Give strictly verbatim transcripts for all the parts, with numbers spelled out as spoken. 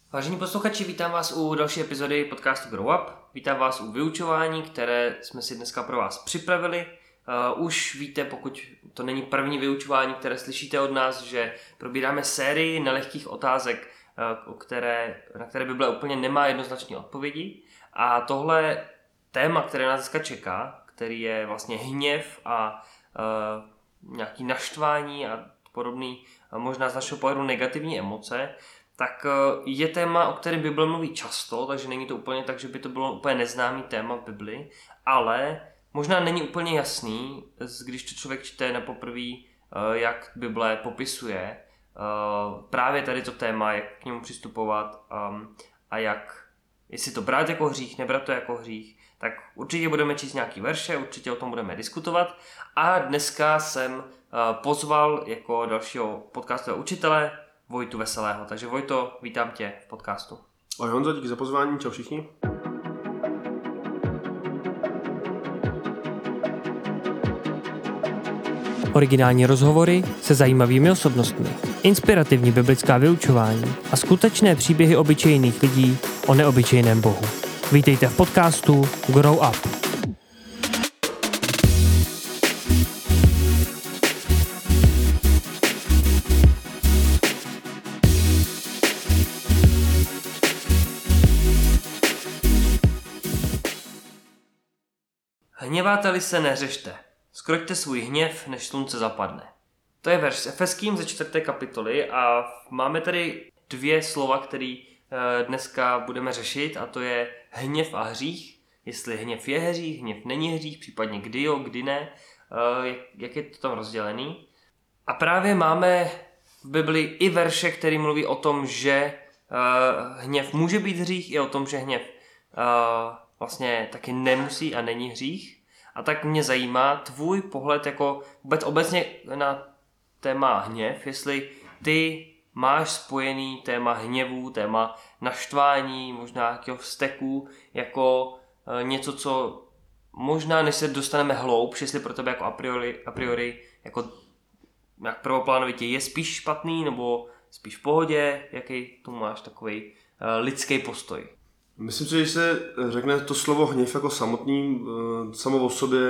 Vážení posluchači, vítám vás u další epizody podcastu Grow Up. Vítám vás u vyučování, které jsme si dneska pro vás připravili. Uh, už víte, pokud to není první vyučování, které slyšíte od nás, že probíráme sérii nelehkých otázek, uh, o které, na které Bible úplně nemá jednoznačné odpovědi. A tohle téma, které nás dneska čeká, který je vlastně hněv a uh, nějaký naštvání a podobný, uh, možná z našeho pohledu negativní emoce, tak je téma, o kterém Bible mluví často, takže není to úplně tak, že by to bylo úplně neznámý téma v Bibli, ale možná není úplně jasný, když to člověk čte na poprvé, jak Bible popisuje právě tady to téma, jak k němu přistupovat a jak, jestli to brát jako hřích, nebrat to jako hřích, tak určitě budeme číst nějaký verše, určitě o tom budeme diskutovat a dneska jsem pozval jako dalšího podcastového učitele Vojtu Veselého. Takže Vojto, vítám tě v podcastu. Ahoj Honzo, díky za pozvání, čau všichni. Originální rozhovory se zajímavými osobnostmi, inspirativní biblická vyučování a skutečné příběhy obyčejných lidí o neobyčejném Bohu. Vítejte v podcastu Grow Up. Hněváte-li se, neřešte. Skroťte svůj hněv, než slunce zapadne. To je verš z Efeským ze čtvrté kapitoly a máme tady dvě slova, které dneska budeme řešit, a to je hněv a hřích. Jestli hněv je hřích, hněv není hřích, případně kdy jo, kdy ne, jak je to tam rozdělený. A právě máme v Bibli i verše, které mluví o tom, že hněv může být hřích, i o tom, že hněv vlastně taky nemusí a není hřích. A tak mě zajímá tvůj pohled jako vůbec obecně na téma hněv, jestli ty máš spojený téma hněvu, téma naštvání, možná nějakého vzteku, jako e, něco, co možná než se dostaneme hloubš, jestli pro tebe jako a priori, a priori jako jak prvoplánovitě je spíš špatný, nebo spíš v pohodě, jaký tu máš takový e, lidský postoj? Myslím si, že když se řekne to slovo hněv jako samotný, samo o sobě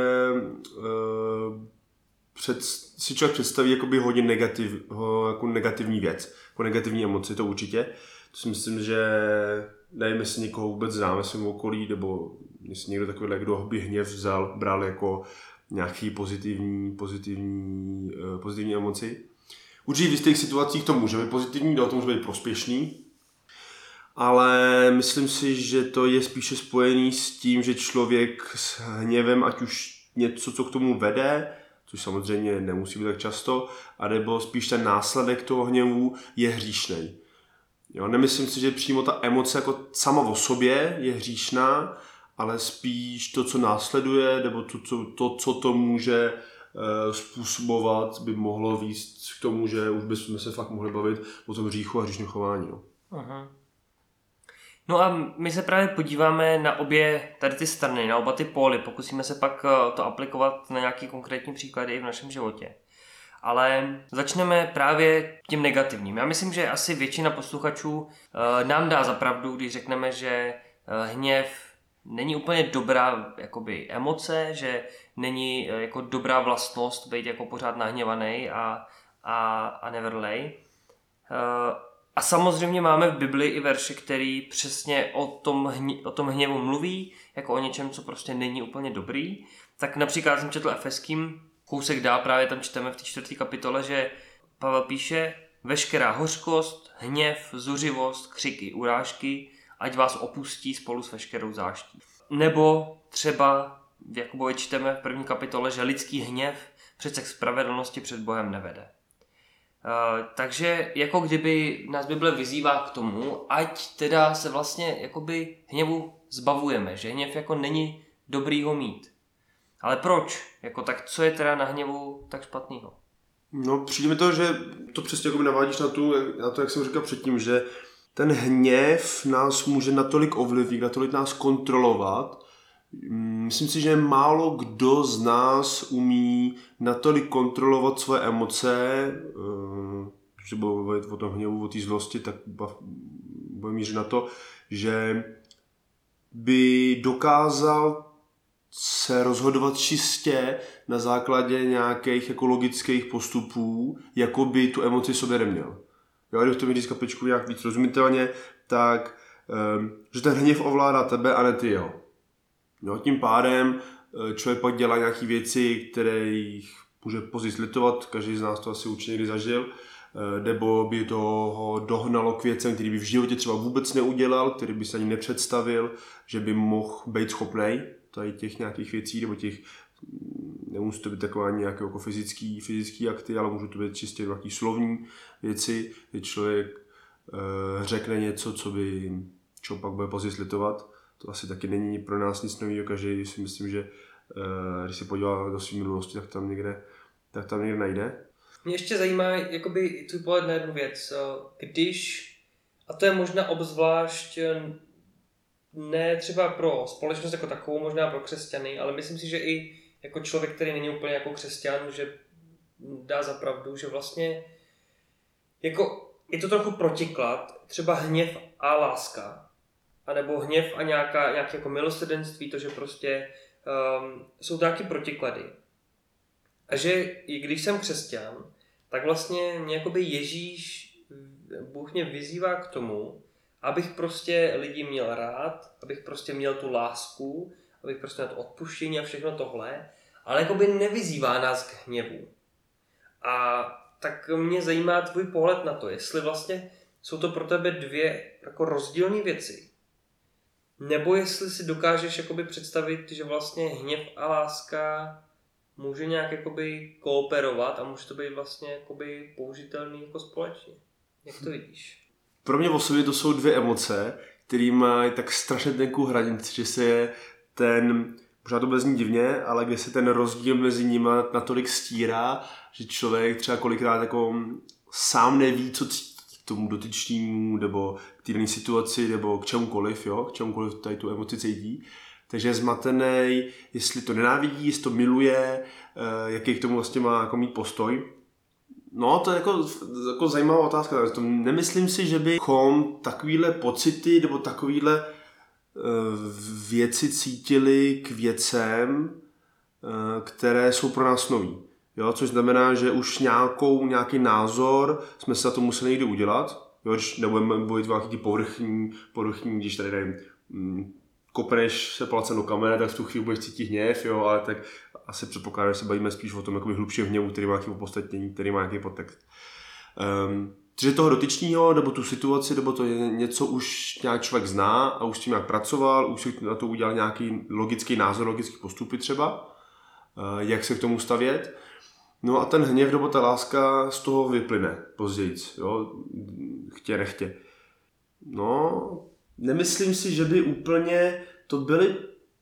před, si člověk představí jakoby hodně negativ, jako negativní věc, jako negativní emoci, to určitě. To si myslím, že nevím, jestli někoho vůbec známe svým okolí, nebo jestli někdo takový, kdo by hněv vzal, bral jako nějaký pozitivní, pozitivní, pozitivní emoci. Určitě v jistých situacích to může být pozitivní, to může být prospěšný, ale myslím si, že to je spíše spojený s tím, že člověk s hněvem, ať už něco, co k tomu vede, což samozřejmě nemusí být tak často, anebo spíš ten následek toho hněvu je hříšnej. Jo, nemyslím si, že přímo ta emoce jako sama o sobě je hříšná, ale spíš to, co následuje, nebo to, co to, co to může uh, způsobovat, by mohlo vést k tomu, že už bychom se fakt mohli bavit o tom hříchu a hříšném chování. No. Aha. No a my se právě podíváme na obě tady ty strany, na oba ty póly, pokusíme se pak to aplikovat na nějaký konkrétní příklady i v našem životě. Ale začneme právě tím negativním. Já myslím, že asi většina posluchačů nám dá za pravdu, když řekneme, že hněv není úplně dobrá jakoby emoce, že není jako dobrá vlastnost být jako pořád nahněvaný a, a, a nevrlej. A samozřejmě máme v Bibli i verše, který přesně o tom, hně, o tom hněvu mluví, jako o něčem, co prostě není úplně dobrý. Tak například jsem četl Efeským, kousek dál, právě tam čteme v té čtvrté kapitole, že Pavel píše: veškerá hořkost, hněv, zuřivost, křiky, urážky, ať vás opustí spolu s veškerou záští. Nebo třeba v Jakubově čteme v první kapitole, že lidský hněv přece k spravedlnosti před Bohem nevede. Uh, takže jako kdyby nás Bible vyzývá k tomu, ať teda se vlastně jakoby hněvu zbavujeme, že hněv jako není dobrý ho mít. Ale proč? Jako tak co je teda na hněvu tak špatného? No přijde mi to, že to přesně jakoby navádíš na, tu, na to, jak jsem říkal předtím, že ten hněv nás může natolik ovlivnit, natolik nás kontrolovat. Myslím si, že málo kdo z nás umí natolik kontrolovat svoje emoce, že bylo o tom hněvu, o té zlosti, tak bude mířit na to, že by dokázal se rozhodovat čistě na základě nějakých jako logických postupů, jako by tu emoci sobě neměl. Jo, když to mi říct kapličku nějak víc rozumitelně, tak um, že ten hněv ovládá tebe a ne ty jeho. Jo, tím pádem člověk pak dělá nějaké věci, které jich může později litovat, každý z nás to asi určitě někdy zažil, nebo by to ho dohnalo k věcem, který by v životě třeba vůbec neudělal, který by se ani nepředstavil, že by mohl být schopnej tady těch nějakých věcí, nebo těch, nemusí to být taková nějaké jako fyzický, fyzický akty, ale můžou to být čistě nějaký slovní věci, kdy člověk e, řekne něco, co by čo pak bude později litovat. To asi taky není pro nás nic nového, každý si myslím, že e, když se podívá do své minulosti, tak tam někde, tak tam někde najde. Mě ještě zajímá jakoby tvůj pohled na jednu věc. Když, a to je možná obzvlášť ne třeba pro společnost jako takovou, možná pro křesťany, ale myslím si, že i jako člověk, který není úplně jako křesťan, že dá za pravdu, že vlastně jako je to trochu protiklad, třeba hněv a láska, anebo hněv a nějaká, nějaké jako milosrdenství, to, že prostě um, jsou taky protiklady. A že i když jsem křesťan, tak vlastně mě jakoby Ježíš, Bůh mě vyzývá k tomu, abych prostě lidi měl rád, abych prostě měl tu lásku, abych prostě měl to odpuštění a všechno tohle, ale jakoby nevyzývá nás k hněvu. A tak mě zajímá tvůj pohled na to, jestli vlastně jsou to pro tebe dvě jako rozdílné věci. Nebo jestli si dokážeš jakoby představit, že vlastně hněv a láska může nějak jakoby kooperovat a může to být vlastně jakoby použitelný jako společně. Jak to vidíš? Pro mě osobně to jsou dvě emoce, které mají tak strašně tenkou hranici, že se je ten, možná to bude znít divně, ale kde se ten rozdíl mezi nimi natolik stírá, že člověk třeba kolikrát jako sám neví, co cítí k tomu dotyčnému, nebo k té dané situaci, nebo k čemukoliv, jo, k čemukoliv tady tu emoci cítí. Takže je zmatený, jestli to nenávidí, jestli to miluje, jaký k tomu vlastně má jako mít postoj. No, to je jako, jako zajímavá otázka. To nemyslím si, že bychom takovýhle pocity nebo takovýhle věci cítili k věcem, které jsou pro nás nový. Jo, což znamená, že už nějakou, nějaký názor jsme se za to museli někdy udělat. Jo, když nebudeme bojit o nějaký ty povrchní, povrchní, když tady nevím, kopneš se palcem do kamene, tak v tu chvíli budeš cítit hněv, jo, ale tak asi předpokládám, že se bavíme spíš o tom jakoby hlubšího hněvu, který má nějaký opodstatnění, který má nějaký podtext. Um, takže toho dotyčního, nebo tu situaci, nebo to je něco už nějak člověk zná a už s tím nějak pracoval, už si na to udělal nějaký logický názor, logický postupy třeba, uh, jak se k tomu stavět. No a ten hněv nebo ta láska z toho vyplyne později, jo, chtě nechtě. No, nemyslím si, že by úplně to byly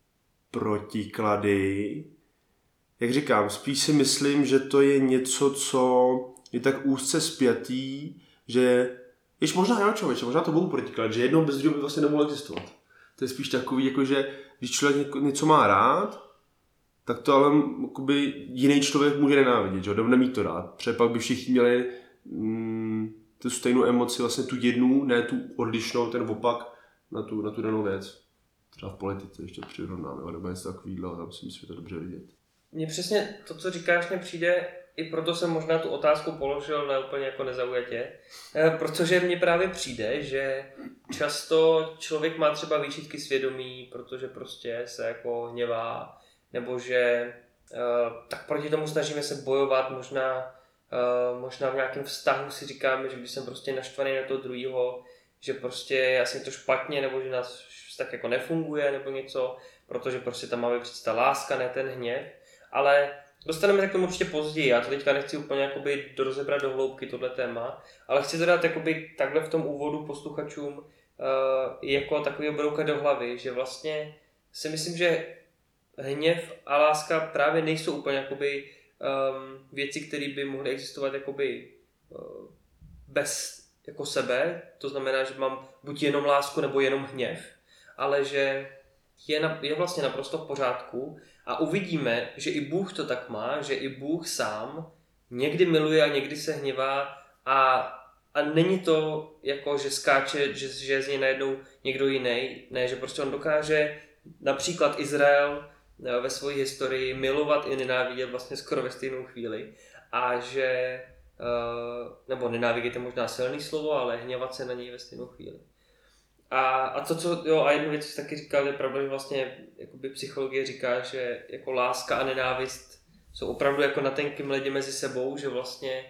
protiklady. Jak říkám, spíš si myslím, že to je něco, co je tak úzce spjatý, že jež možná jo, člověče, možná to budou protiklady, že jednou bez druhého by vlastně nemohlo existovat. To je spíš takový, jako že když člověk něco má rád, tak to ale jakoby, jiný člověk může nenávidět, že? Nebo nemít to rád. Protože pak by všichni měli mm, tu stejnou emoci, vlastně tu jednu, ne tu odlišnou, ten opak na tu, na tu danou věc. Třeba v politice ještě přirovnáme, nebo něco takového, tam si myslím, že to dobře vidět. Mně přesně to, co říkáš, mě přijde, i proto jsem možná tu otázku položil na úplně jako nezaujatě, protože mně právě přijde, že často člověk má třeba výčitky svědomí, protože prostě se jako hněvá, nebo že tak proti tomu snažíme se bojovat, možná, možná v nějakém vztahu si říkáme, že když jsem prostě naštvaný na toho druhýho, že prostě je asi to špatně, nebo že nás tak jako nefunguje, nebo něco, protože prostě tam máme přece ta láska, ne ten hněv. Ale dostaneme se k tomu určitě později, já to teďka nechci úplně jakoby rozebrat do hloubky tohle téma, ale chci to dát jakoby takhle v tom úvodu posluchačům uh, jako takový obrouka do hlavy, že vlastně si myslím, že hněv a láska právě nejsou úplně jakoby um, věci, které by mohly existovat jakoby uh, bez jako sebe, to znamená, že mám buď jenom lásku nebo jenom hněv, ale že je, na, je vlastně naprosto v pořádku a uvidíme, že i Bůh to tak má, že i Bůh sám někdy miluje a někdy se hněvá a, a není to jako, že skáče, že, že je z něj najednou někdo jiný, ne, že prostě on dokáže například Izrael ve své historii milovat i nenávidět vlastně skoro ve stejnou chvíli a že, nebo nenávidět je možná silný slovo, ale hněvat se na něj ve stejnou chvíli. A, a to, co, jo, a jednu věc taky říkal, je pravda, že vlastně jakoby psychologie říká, že jako láska a nenávist jsou opravdu jako na tenkým ledě mezi sebou, že vlastně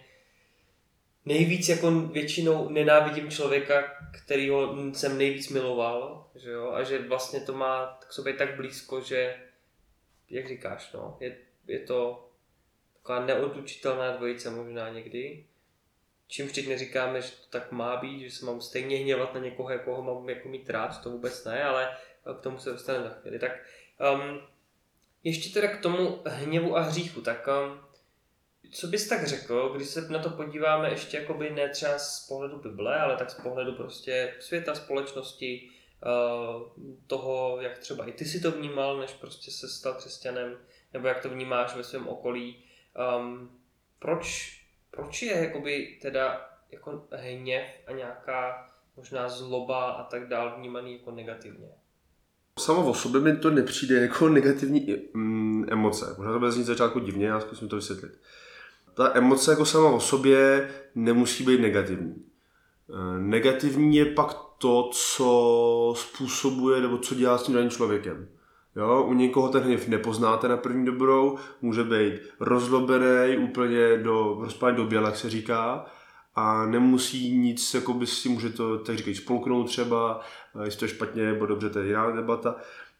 nejvíc jako většinou nenávidím člověka, kterýho jsem nejvíc miloval, že jo, a že vlastně to má k sobě tak blízko, že, jak říkáš, no, je, je to taková neodlučitelná dvojice možná někdy. Čímž teď neříkáme, že to tak má být, že se mám stejně hněvat na někoho, jakoho mám jako mít rád, to vůbec ne, ale k tomu se dostaneme za chvíli. Tak um, ještě teda k tomu hněvu a hříchu, tak um, co bys tak řekl, když se na to podíváme ještě jakoby ne třeba z pohledu Bible, ale tak z pohledu prostě světa, společnosti, uh, toho, jak třeba i ty si to vnímal, než prostě se stal křesťanem, nebo jak to vnímáš ve svém okolí. Um, proč Proč je jakoby teda jako hněv a nějaká možná zloba a tak dál vnímaný jako negativně? Samo o sobě mi to nepřijde jako negativní mm, emoce. Možná to bude znít začátku divně, já zkusím to vysvětlit. Ta emoce jako sama o sobě nemusí být negativní. E, negativní je pak to, co způsobuje nebo co dělá s tím daným člověkem. Jo, u někoho ten hněv nepoznáte na první dobrou, může být rozlobený úplně do rozpálení do běla, jak se říká, a nemusí nic, jakoby si může to, tak říkají, spolknout třeba, jestli to je špatně nebo dobře, to je jiná debata.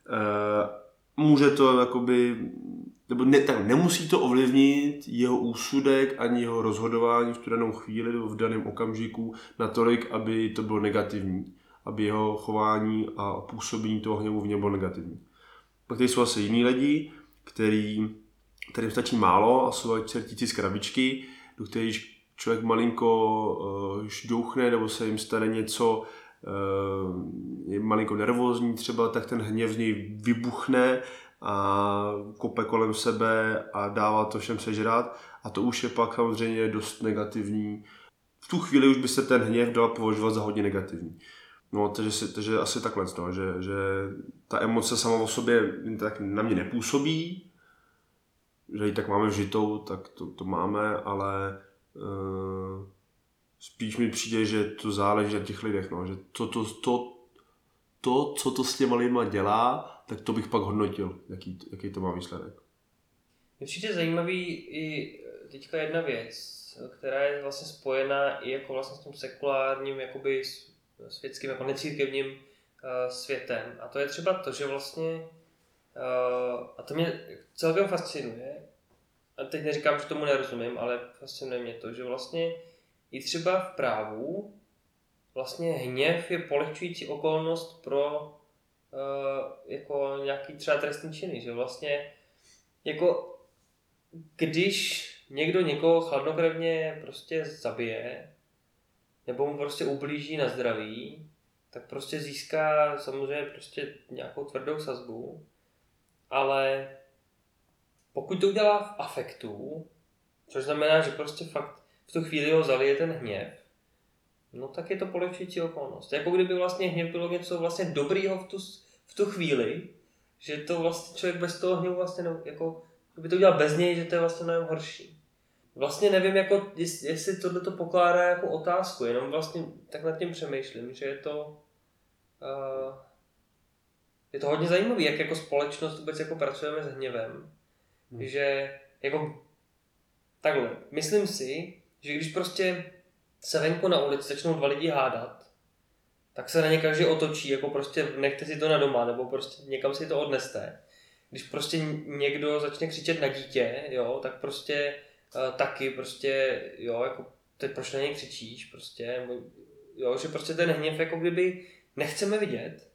E, může to jakoby, nebo ne, tak nemusí to ovlivnit jeho úsudek ani jeho rozhodování v tu danou chvíli nebo v daném okamžiku natolik, aby to bylo negativní, aby jeho chování a působení toho hněvu v něm bylo negativní. Pak tady jsou asi jiní lidi, který, kterým stačí málo a jsou čertíci z krabičky, do kterých člověk malinko uh, ždouchne nebo se jim stane něco, uh, je malinko nervózní třeba, tak ten hněv z něj vybuchne a kope kolem sebe a dává to všem sežrat a to už je pak samozřejmě dost negativní. V tu chvíli už by se ten hněv dal považovat za hodně negativní. No, takže, takže asi takhle, no, že, že ta emoce sama o sobě tak na mě nepůsobí, že ji tak máme vžitou, tak to, to máme, ale uh, spíš mi přijde, že to záleží na těch lidech, no, že to, to, to, to, co to s těma lidma dělá, tak to bych pak hodnotil, jaký, jaký to má výsledek. Určitě zajímavý i teďka jedna věc, která je vlastně spojená i jako vlastně s tím sekulárním, jakoby světským, jako necírkevním uh, světem. A to je třeba to, že vlastně, uh, a to mě celkem fascinuje, a teď neříkám, že tomu nerozumím, ale fascinuje mě to, že vlastně i třeba v právu vlastně hněv je polehčující okolnost pro uh, jako nějaký třeba trestný činy, že vlastně jako když někdo někoho chladnokrevně prostě zabije, nebo mu prostě ublíží na zdraví, tak prostě získá samozřejmě prostě nějakou tvrdou sazbu, ale pokud to udělá v afektu, což znamená, že prostě fakt v tu chvíli ho zalije ten hněv, no tak je to polehčující okolnost. Jako kdyby vlastně hněv bylo něco vlastně dobrýho v tu, v tu chvíli, že to vlastně člověk bez toho hněvu vlastně ne, jako kdyby to udělal bez něj, že to je vlastně mnohem horší. Vlastně nevím, jako, jestli tohleto pokládá jako otázku, jenom vlastně tak nad tím přemýšlím, že je to, uh, je to hodně zajímavé, jak jako společnost vůbec jako pracujeme s hněvem. Hmm. Že jako takhle, myslím si, že když prostě se venku na ulici začnou dva lidi hádat, tak se na ně každý otočí, jako prostě nechte si to na doma, nebo prostě někam si to odneste. Když prostě někdo začne křičet na dítě, jo, tak prostě Uh, taky prostě, jo, jako teď proč na něj křičíš, prostě, jo, že prostě ten hněv jako kdyby nechceme vidět,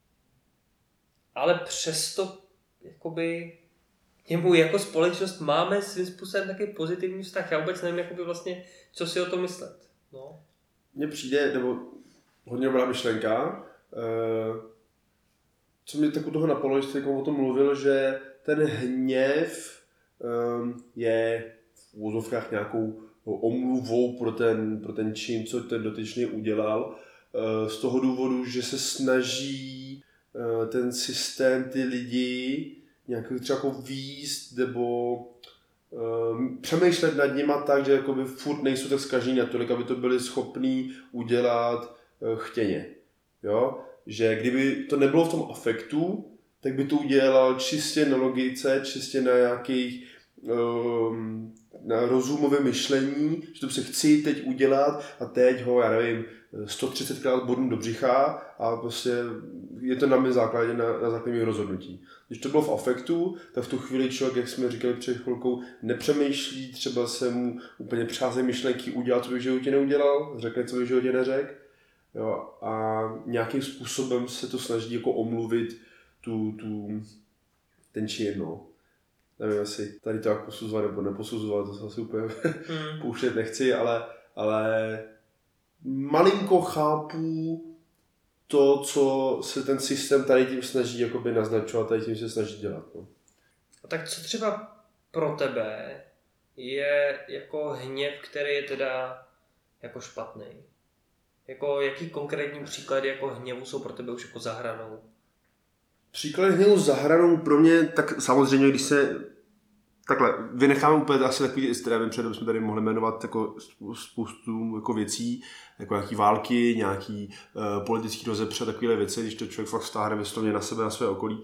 ale přesto jakoby němu jako společnost máme svým způsobem taky pozitivní vztah. Já vůbec nevím, jakoby vlastně, co si o tom myslet. No. Mně přijde, nebo hodně dobrá myšlenka, uh, co mě tak u toho napadlo, že jste o tom mluvil, že ten hněv um, je v úzovkách nějakou omluvou pro ten, pro ten čin, co ten dotyčný udělal, z toho důvodu, že se snaží ten systém, ty lidi nějak třeba jako výst nebo um, přemýšlet nad nima tak, že jakoby furt nejsou tak zkažení natolik, aby to byli schopní udělat uh, chtěně. Jo? Že kdyby to nebylo v tom afektu, tak by to udělal čistě na logice, čistě na nějakých um, na rozumovém myšlení, že to se chci teď udělat a teď ho, já nevím, sto třicetkrát bodnu do břicha a prostě je to na mé základě, na, na základě rozhodnutí. Když to bylo v afektu, tak v tu chvíli člověk, jak jsme říkali před chvilkou, nepřemýšlí, třeba se mu úplně přázejí myšlenky udělat, co by v životě neudělal, řekne, co by v životě neřekl. Jo, a nějakým způsobem se to snaží jako omluvit tu, tu, ten čin, no. Nevím, jestli tady to jak posuzovat nebo neposuzovat, to se asi úplně hmm. pouštět nechci, ale, ale malinko chápu to, co se ten systém tady tím snaží jakoby naznačovat, tady tím se snaží dělat. No. A tak co třeba pro tebe je jako hněv, který je teda jako špatný? Jako jaký konkrétní příklady jako hněvu jsou pro tebe už jako za hranou? Příklad hněvu za hranou pro mě, tak samozřejmě, když se takhle, vynecháme úplně asi takový extrémy, protože jsme tady mohli jmenovat jako spoustu jako věcí, jako nějaký války, nějaký uh, politický rozepře, takovéhle věci, když to člověk fakt stáhne vyslovně na sebe, na své okolí,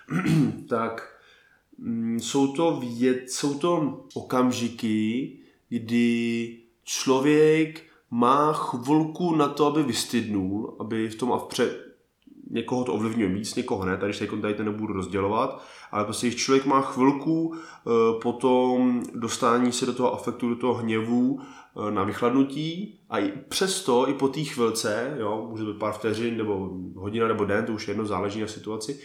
tak mm, jsou to věc, jsou to okamžiky, kdy člověk má chvilku na to, aby vystydnul, aby v tom a vpřed někoho to ovlivňuje víc, někoho ne, tady se tady to nebudu rozdělovat, ale prostě když člověk má chvilku e, po tom dostání se do toho afektu, do toho hněvu e, na vychladnutí a i přesto, i po té chvilce, jo, může být pár vteřin, nebo hodina, nebo den, to už jedno záleží na situaci,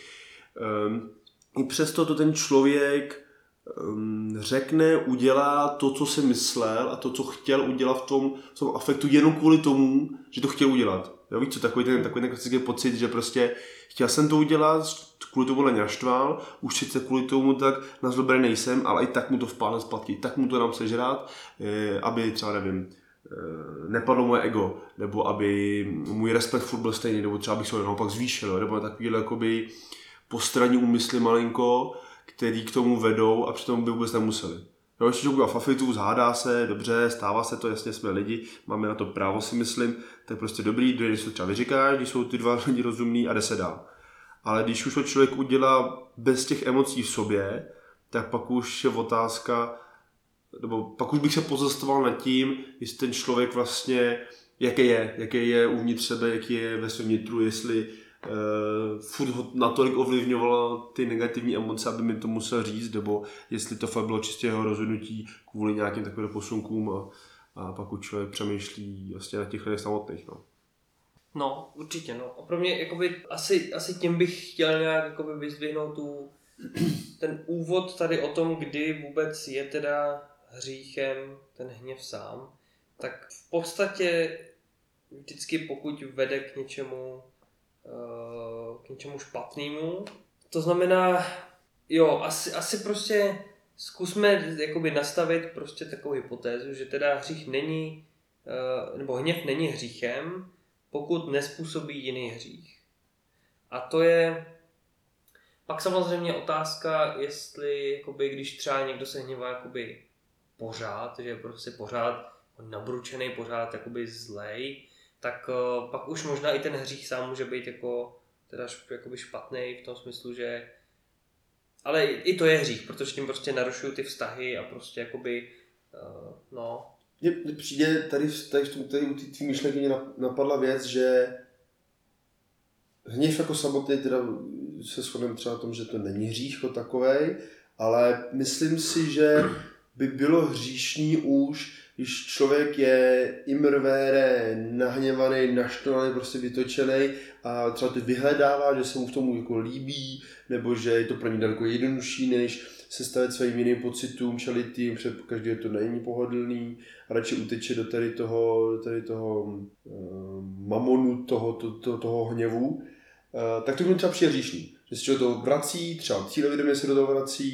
e, i přesto to ten člověk e, řekne, udělá to, co si myslel a to, co chtěl udělat v tom, v tom afektu jenom kvůli tomu, že to chtěl udělat. Jo, víš co, takový ten, takový ten klasický pocit, že prostě chtěl jsem to udělat, kvůli tomu mě naštval, už sice kvůli tomu tak nazlobený nejsem, ale i tak mu to vpálne zpátky, tak mu to dám sežrát, eh, aby třeba, nevím, eh, nepadlo moje ego, nebo aby můj respekt furt byl stejný, nebo třeba bych se ho naopak zvýšil, nebo takovýhle jakoby postranní úmysly malinko, který k tomu vedou a přitom by vůbec nemuseli. Jo, ještě to v afektu, zhádá se, dobře, stává se to, jasně jsme lidi, máme na to právo, si myslím, tak prostě dobrý, když se třeba vyříkáš, když jsou ty dva lidi rozumný a jde se dál. Ale když už to člověk udělá bez těch emocí v sobě, tak pak už je otázka, nebo pak už bych se pozastavoval nad tím, jestli ten člověk vlastně, jaký je, jaký je uvnitř sebe, jaký je ve svém vnitru, jestli Uh, furt ho natolik ovlivňovalo ty negativní emoce, aby mi to musel říct, nebo jestli to fakt bylo čistě jeho rozhodnutí kvůli nějakým takovým posunkům a, a pak už člověk přemýšlí vlastně na těch lidech samotných. No. no, určitě. No. A pro mě jakoby, asi, asi tím bych chtěl nějak jakoby vyzdvihnout tu, ten úvod tady o tom, kdy vůbec je teda hříchem ten hněv sám. Tak v podstatě vždycky pokud vede k něčemu k něčemu špatnému. To znamená, jo, asi, asi prostě zkusme jakoby nastavit prostě takovou hypotézu, že teda hřích není, nebo hněv není hříchem, pokud nespůsobí jiný hřích. A to je pak samozřejmě otázka, jestli jakoby, když třeba někdo se hněvá jakoby pořád, že je prostě pořád nabručený, pořád jakoby zlej, tak uh, pak už možná i ten hřích sám může být jako teda jakoby špatný v tom smyslu, že ale i to je hřích, protože tím prostě narušují ty vztahy a prostě jakoby uh, no. Mně přijde tady, tady, tady, tady u té myšlenky mě napadla věc, že hněv jako samotný, teda se shodneme třeba na tom, že to není hřích jako takovej, ale myslím si, že by bylo hříšný už, když člověk je imrvére, nahněvaný, naštvaný, prostě vytočený a třeba to vyhledává, že se mu v tomu jako líbí, nebo že je to pro ně daleko jednodušší, než se stavit svým jiným pocitům, čelit tím, protože každý to není pohodlný a radši uteče do tady toho, do tady toho uh, mamonu, toho, to, to, toho hněvu, uh, tak to by třeba přijde hříšný. Že se to vrací, třeba cílevědomě se do toho vrací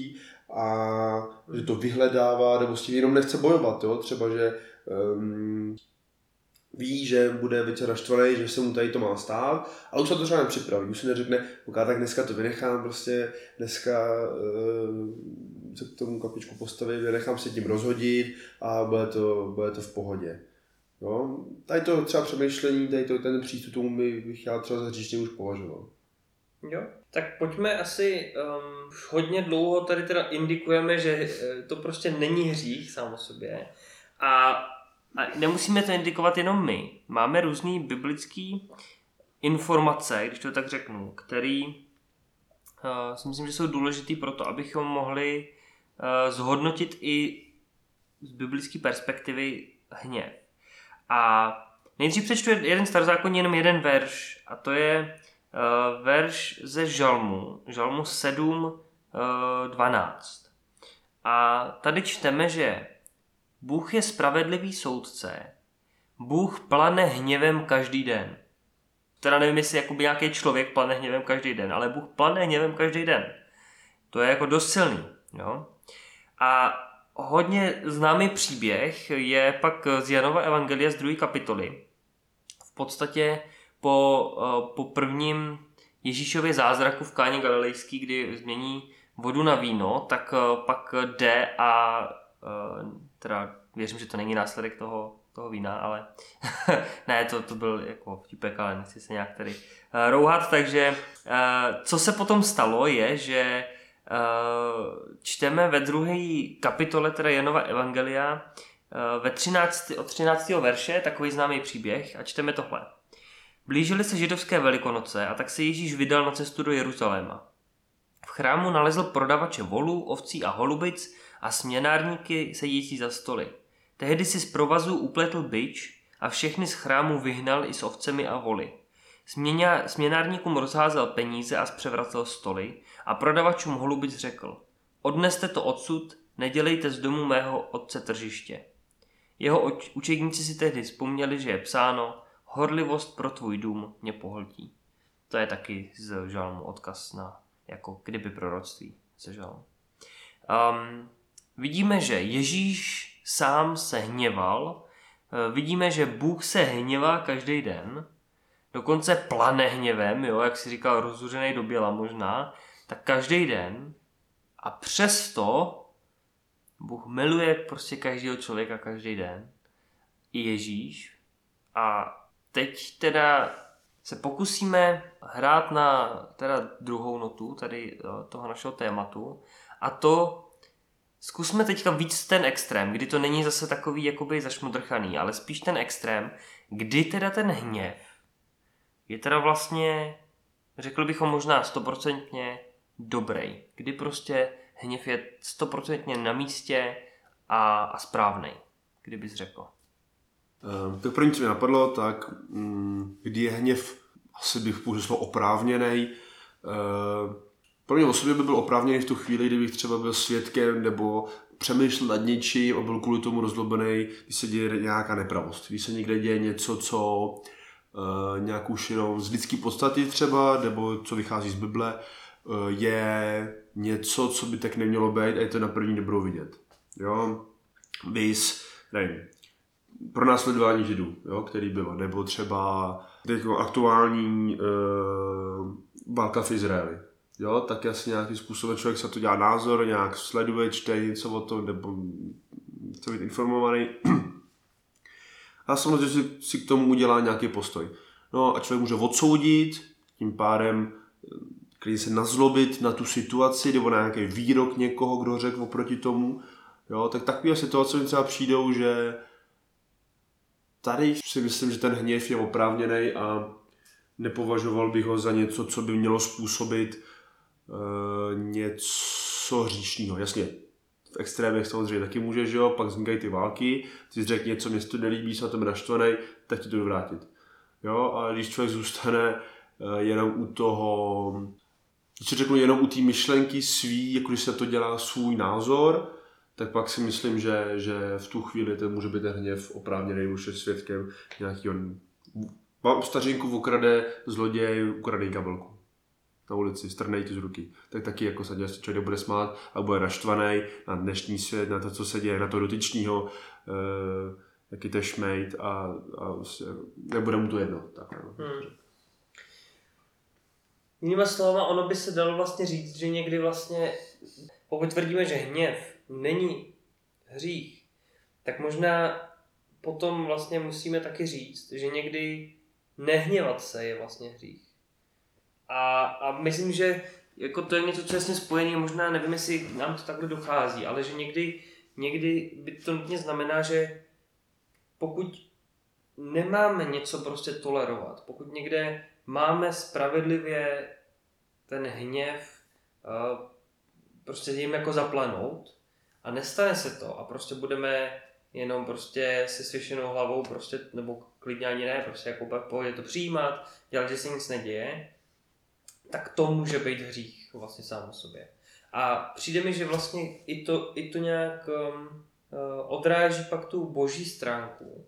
a že to vyhledává, nebo s tím jenom nechce bojovat, jo? Třeba, že um, ví, že bude večer naštvaný, že se mu tady to má stát, ale už se to třeba nepřipraví, už se neřekne, ok, tak dneska to vynechám, prostě dneska uh, se k tomu kapičku postavím, vynechám se tím rozhodit a bude to, bude to v pohodě. Jo? Tady to třeba přemýšlení, tady to, ten přístup tomu bych já třeba za říčně už považoval. Jo, tak pojďme asi, um, hodně dlouho tady teda indikujeme, že to prostě není hřích sám o sobě a, a nemusíme to indikovat jenom my. Máme různý biblický informace, když to tak řeknu, který uh, si myslím, že jsou důležitý pro to, abychom mohli uh, zhodnotit i z biblické perspektivy hněv. A nejdřív přečtu jeden starozákonní, jenom jeden verš, a to je uh, verš ze Žalmu, Žalmu sedm dvanáct. A tady čteme, že Bůh je spravedlivý soudce, Bůh plane hněvem každý den. Teda nevím, jestli jakoby nějaký člověk plane hněvem každý den, ale Bůh plane hněvem každý den. To je jako dost silný. Jo? A hodně známý příběh je pak z Janova evangelia z druhé kapitoly. V podstatě po, po prvním Ježíšově zázraku v Káně Galilejský, kdy změní vodu na víno, tak pak jde a teda věřím, že to není následek toho, toho vína, ale ne, to, to byl jako vtipek, ale nechci se nějak tady rouhat, takže co se potom stalo je, že čteme ve druhé kapitole teda Janova evangelia ve třináctém od třináctého verše takový známý příběh a čteme tohle. Blížily se židovské velikonoce a tak se Ježíš vydal na cestu do Jeruzaléma. V chrámu nalezl prodavače volů, ovcí a holubic a směnárníky sedící za stoly. Tehdy si z provazů upletl bič a všechny z chrámu vyhnal i s ovcemi a voly. Směňa, směnárníkům rozházel peníze a zpřevracel stoly a prodavačům holubic řekl: odneste to odsud, nedělejte z domu mého otce tržiště. Jeho učedníci si tehdy vzpomněli, že je psáno: horlivost pro tvůj dům mě pohltí. To je taky z Žalmu odkaz na jako kdyby proroctví ze Žalmu. Um, vidíme, že Ježíš sám se hněval, vidíme, že Bůh se hněvá každý den, dokonce plane hněvem, jo, jak si říkal, rozuřenej do běla možná, tak každý den a přesto Bůh miluje prostě každého člověka každý den, i Ježíš. A teď teda se pokusíme hrát na teda druhou notu tady toho našeho tématu a to zkusme teďka víc ten extrém, kdy to není zase takový jakoby zašmudrchaný, ale spíš ten extrém, kdy teda ten hněv je teda vlastně, řekl bychom možná stoprocentně dobrý, kdy prostě hněv je stoprocentně na místě a, a správnej, kdybys řekl. Uh, tak první, co mi napadlo, tak um, kdy je hněv, asi bych použil slovo oprávněnej. Uh, pro mě osobně by byl oprávněný v tu chvíli, kdybych třeba byl svědkem nebo přemýšlel nad něčím a byl kvůli tomu rozlobený, když se děje nějaká nepravost. Když se někde děje něco, co uh, nějakou šinou z lidské podstaty třeba, nebo co vychází z Bible, uh, je něco, co by tak nemělo být a je to na první dobrou vidět. Jo? Vys, nevím, pronásledování židů, jo, který bylo, nebo třeba aktuální uh, válka v Izraeli. Jo, tak asi nějakým způsobem člověk se to dělá názor, nějak sleduje, čte něco o tom, nebo chce být informovaný. A samozřejmě si, si k tomu udělá nějaký postoj. No a člověk může odsoudit, tím pádem klidně se nazlobit na tu situaci, nebo na nějaký výrok někoho, kdo řekl oproti tomu. Jo, tak takové situace mi třeba přijdou, že tady si myslím, že ten hněv je oprávněný a nepovažoval bych ho za něco, co by mělo způsobit uh, něco hříšného. Jasně, v extrémech samozřejmě taky může, že jo, pak vznikají ty války, ty řekl něco, mě to nelíbí, se na tom naštvanej, tak ti to vrátit. Jo, a když člověk zůstane uh, jenom u toho, když řeknu jenom u té myšlenky svý, jako když se to dělá svůj názor, tak pak si myslím, že, že v tu chvíli to může být ten hněv oprávněný, už je nějakýho stařinku ukrade zloděj, ukradený kabelku. na ulici, strnej ti z ruky. Tak taky jako se člověk nebude smát a bude naštvaný na dnešní svět, na to, co se děje, na to dotyčního, uh, jaký to je šmejt a, a vlastně nebude mu to jedno. Tak, no. hmm. Jinými slovy, ono by se dalo vlastně říct, že někdy vlastně, pokud tvrdíme, že hněv není hřích, tak možná potom vlastně musíme taky říct, že někdy nehněvat se je vlastně hřích. A, a myslím, že jako to je něco, co je vlastně spojené, možná nevím, jestli nám to takhle dochází, ale že někdy, někdy by to nutně znamená, že pokud nemáme něco prostě tolerovat, pokud někde máme spravedlivě ten hněv uh, prostě jim jako zaplanout a nestane se to a prostě budeme jenom prostě se svěšenou hlavou prostě, nebo klidně ani ne, prostě jako v pohodě to přijímat, dělat, že se nic neděje, tak to může být hřích vlastně sám o sobě. A přijde mi, že vlastně i to, i to nějak um, uh, odráží pak tu boží stránku uh,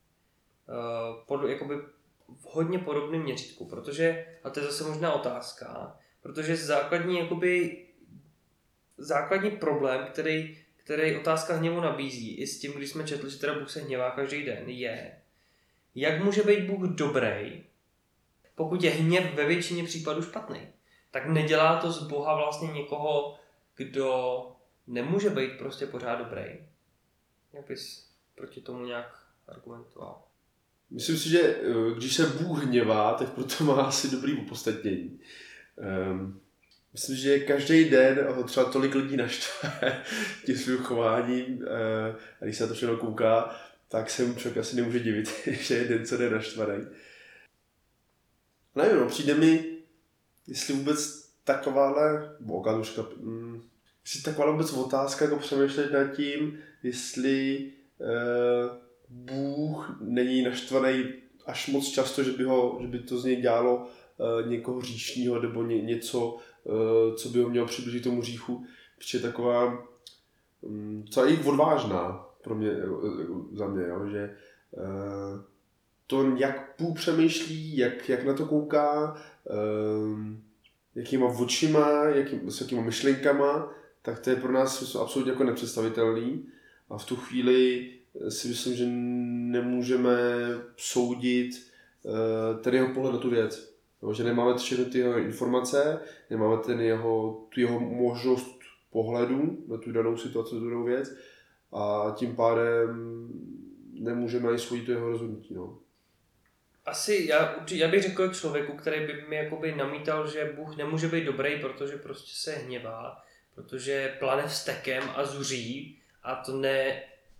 pod, jakoby v hodně podobném měřítku, protože, a to je zase možná otázka, protože základní, jakoby, základní problém, který, který otázka hněvu nabízí, i s tím, když jsme četli, že teda Bůh se hněvá každý den, je, jak může být Bůh dobrý, pokud je hněv ve většině případů špatný. Tak nedělá to z Boha vlastně někoho, kdo nemůže být prostě pořád dobrý. Jak bys proti tomu nějak argumentoval? Myslím si, že když se Bůh hněvá, tak proto má asi dobrý opodstatnění. Um, myslím, že každý den ho třeba tolik lidí naštve tím svým chováním uh, a když se na to všechno kouká, tak se mu člověk asi nemůže divit, že je den co den naštvaný. Nevím, no, přijde mi, jestli vůbec takováhle, bokaduška, hm, jestli takováhle vůbec otázka, jako přemýšlet nad tím, jestli uh, Bůh není naštvaný až moc často, že by, ho, že by to z něj dělalo uh, někoho hříšního nebo ně, něco, uh, co by ho mělo přiblížit tomu hříchu. Protože taková um, docela i odvážná pro mě, uh, za mě, jo, že uh, to, jak Bůh přemýšlí, jak, jak na to kouká, uh, jakýma očima, jaký, s jakýma myšlenkama, tak to je pro nás absolutně jako nepředstavitelný. A v tu chvíli si myslím, že nemůžeme soudit uh, ten jeho pohled na tu věc. Jo, že nemáme všechny ty jeho informace, nemáme ten jeho, tu jeho možnost pohledu na tu danou situaci, na tu danou věc a tím pádem nemůžeme ani soudit to jeho rozhodnutí. No. Asi, já, já bych řekl člověku, který by mi jakoby namítal, že Bůh nemůže být dobrý, protože prostě se hněvá, protože plane vztekem a zuří a to ne...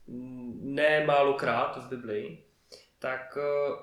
ne málokrát v Biblii, tak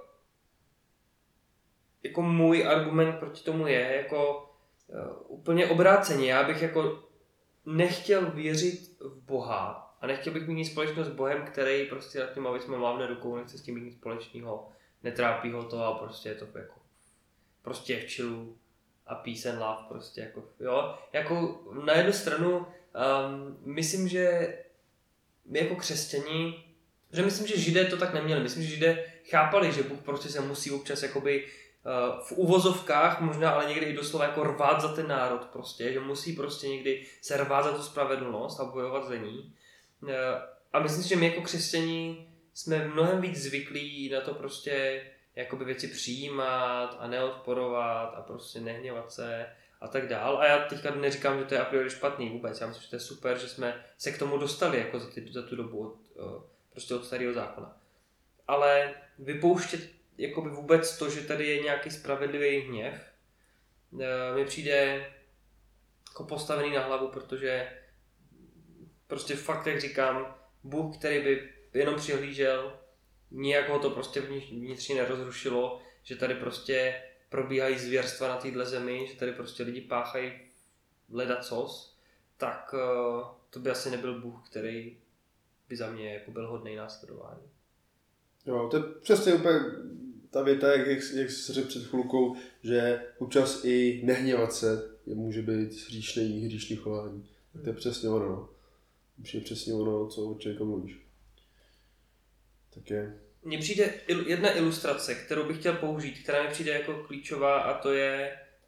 jako můj argument proti tomu je jako úplně obráceně. Já bych jako nechtěl věřit v Boha a nechtěl bych mít nic společného s Bohem, který prostě nad těma věcmi mávne rukou, nechce s tím mít nic společného, netrápí ho to a prostě je to jako prostě v chillu a peace and love prostě jako, jo. Jako na jednu stranu um, myslím, že my jako křesťani, že myslím, že Židé to tak neměli. Myslím, že Židé chápali, že Bůh prostě se musí občas jakoby uh, v uvozovkách, možná ale někdy i doslova jako rvát za ten národ prostě, že musí prostě někdy se rvát za tu spravedlnost a bojovat za ní. Uh, a myslím si, že my jako křesťani jsme mnohem víc zvyklí na to prostě jakoby věci přijímat a neodporovat a prostě nehněvat se a tak dál. A já teďka neříkám, že to je a priori špatný vůbec. Já myslím, že to je super, že jsme se k tomu dostali jako za, ty, za tu dobu od, prostě od starého zákona. Ale vypouštět jakoby vůbec to, že tady je nějaký spravedlivý hněv, mi přijde jako postavený na hlavu, protože prostě fakt, jak říkám, Bůh, který by jenom přihlížel, nijak ho to prostě vnitřně nerozrušilo, že tady prostě probíhají zvěrstva na téhle zemi, že tady prostě lidi páchají ledacos, tak uh, to by asi nebyl Bůh, který by za mě jako byl hodnej následování. Jo, to je přesně úplně ta věta, jak, jak, jak jsi řekl před chvilkou, že občas i nehněvat se může být hříšný, hříšný chování. Tak to je přesně ono. Je přesně ono, co od člověka mluvíš. Tak je. Mně přijde jedna ilustrace, kterou bych chtěl použít, která mi přijde jako klíčová, a to je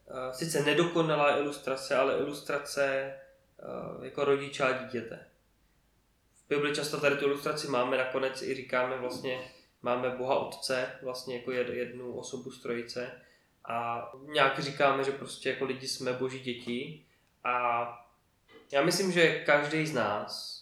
sice nedokonalá ilustrace, ale ilustrace jako rodiče a dítěte. V Bibli často tady tu ilustraci máme, nakonec i říkáme vlastně, máme Boha Otce, vlastně jako jednu osobu z trojice a nějak říkáme, že prostě jako lidi jsme Boží děti a já myslím, že každý z nás,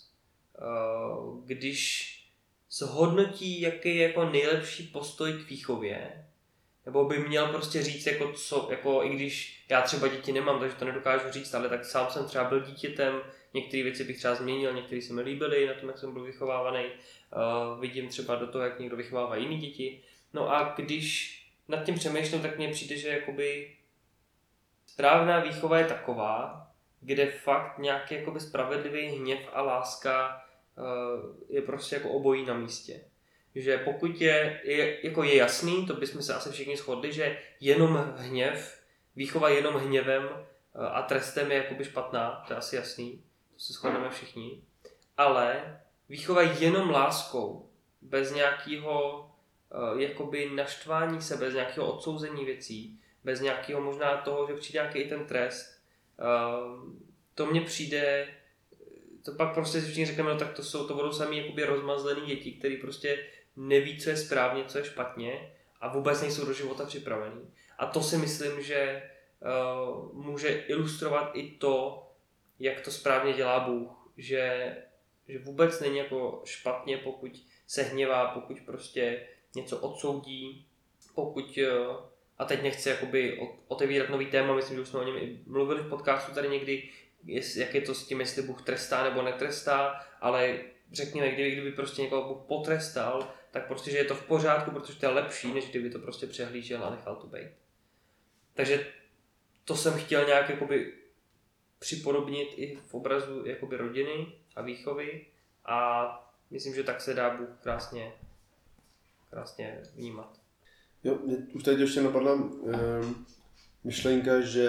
když zhodnotí, jaký je jako nejlepší postoj k výchově, nebo by měl prostě říct, jako co, jako i když já třeba děti nemám, takže to nedokážu říct, ale tak sám jsem třeba byl dítětem, některé věci bych třeba změnil, některé se mi líbily na tom, jak jsem byl vychovávaný, uh, vidím třeba do toho, jak někdo vychovává jiný děti. No a když nad tím přemýšlím, tak mně přijde, že jakoby správná výchova je taková, kde fakt nějaký jakoby spravedlivý hněv a láska uh, je prostě jako obojí na místě. Že pokud je, je, jako je jasný, to bychom se asi všichni shodli, že jenom hněv, výchova jenom hněvem a trestem je jakoby špatná, to je asi jasný, to se shodneme všichni, ale výchova jenom láskou, bez nějakého jakoby naštvání se, bez nějakého odsouzení věcí, bez nějakého možná toho, že přijde nějaký i ten trest, to mně přijde, to pak prostě si všichni řekneme, no tak to, jsou, to budou sami jakoby rozmazlený děti, který prostě neví, co je správně, co je špatně a vůbec nejsou do života připravený. A to si myslím, že uh, může ilustrovat i to, jak to správně dělá Bůh. Že, že vůbec není jako špatně, pokud se hněvá, pokud prostě něco odsoudí, pokud, uh, a teď nechci jakoby otevírat nový téma, myslím, že už jsme o něm i mluvili v podcastu tady někdy, jest, jak je to s tím, jestli Bůh trestá nebo netrestá, ale řekněme, kdyby, kdyby prostě někoho Bůh potrestal, tak prostě, že je to v pořádku, protože to je lepší, než kdyby to prostě přehlížel a nechal to být. Takže to jsem chtěl nějak jakoby připodobnit i v obrazu jakoby rodiny a výchovy a myslím, že tak se dá Bůh krásně, krásně vnímat. Jo, mě už tady ještě napadla um, myšlenka, že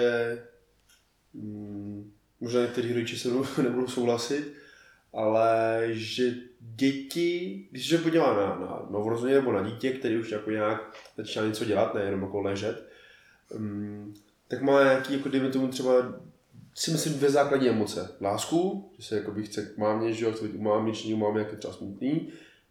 um, možná některý rodiče se mnou nebudou souhlasit, ale že děti, když se podívá na, na novorozené nebo na dítě, který už jako nějak začíná něco dělat, nejenom jako ležet, um, tak má nějaký, jako dejme tomu třeba, si myslím, dvě základní emoce. Lásku, že se jakoby chce k mámě, že jo, chce být u mámy, u mámy, jak je třeba smutný.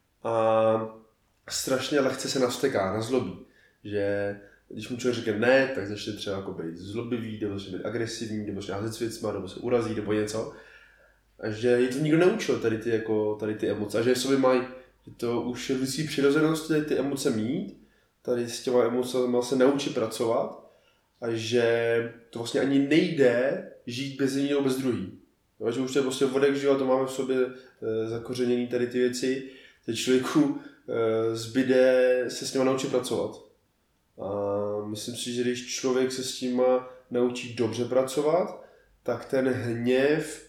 A strašně lehce se navsteká, nazlobí. Že když mu člověk řekne ne, tak začne třeba jako být zlobivý, nebo začne být agresivní, nebo začne házet s věcma, nebo se urazí, nebo něco. A že je to nikdo neučil, tady ty, jako, tady ty emoce. A že v sobě mají, že to už je lidský přirozenost tady ty emoce mít, tady s těma emocemi se naučit pracovat a že to vlastně ani nejde žít bez jedního nebo bez druhý. Jo, že už to je prostě vodek, že jo, to máme v sobě e, zakořeněný tady ty věci, že člověku e, zbyde se s nima naučit pracovat. A myslím si, že když člověk se s těma naučí dobře pracovat, tak ten hněv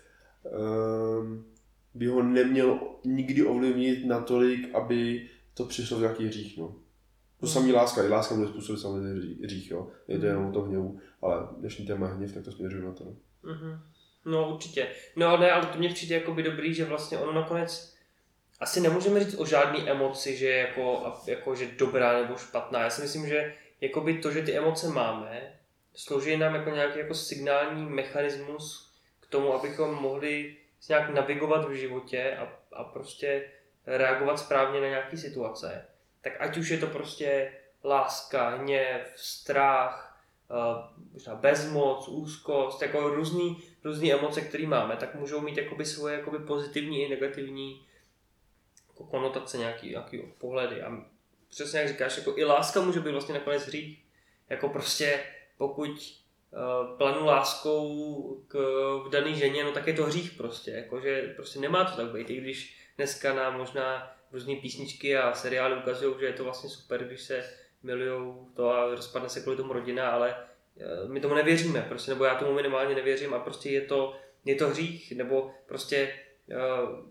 um, by ho neměl nikdy ovlivnit natolik, aby to přišlo v nějaký hřích. No. To samý láska, i láska může způsobit samozřejmě hřích, jo. Je to jenom o tom hněvu, ale dnešní téma hněv, tak to směřuje na to. No, mm-hmm. No určitě. No ne, ale to mě přijde jakoby dobrý, že vlastně ono nakonec asi nemůžeme říct o žádný emoci, že je jako, jako že dobrá nebo špatná. Já si myslím, že jakoby to, že ty emoce máme, slouží nám jako nějaký jako signální mechanismus k tomu, abychom mohli nějak navigovat v životě a, a prostě reagovat správně na nějaké situace. Tak ať už je to prostě láska, hněv, strach, možná bezmoc, úzkost, jako různý, různý emoce, které máme, tak můžou mít jakoby svoje jakoby pozitivní i negativní jako konotace, nějaký, nějaký pohledy. A přesně jak říkáš, jako i láska může být vlastně nakonec hřích. Jako prostě pokud uh, planu láskou k, v dané ženě, no tak je to hřích prostě. Jako, že prostě nemá to tak být, i když dneska nám možná různé písničky a seriály ukazují, že je to vlastně super, když se milujou to a rozpadne se kvůli tomu rodina, ale uh, my tomu nevěříme, prostě, nebo já tomu minimálně nevěřím a prostě je to, je to hřích, nebo prostě uh,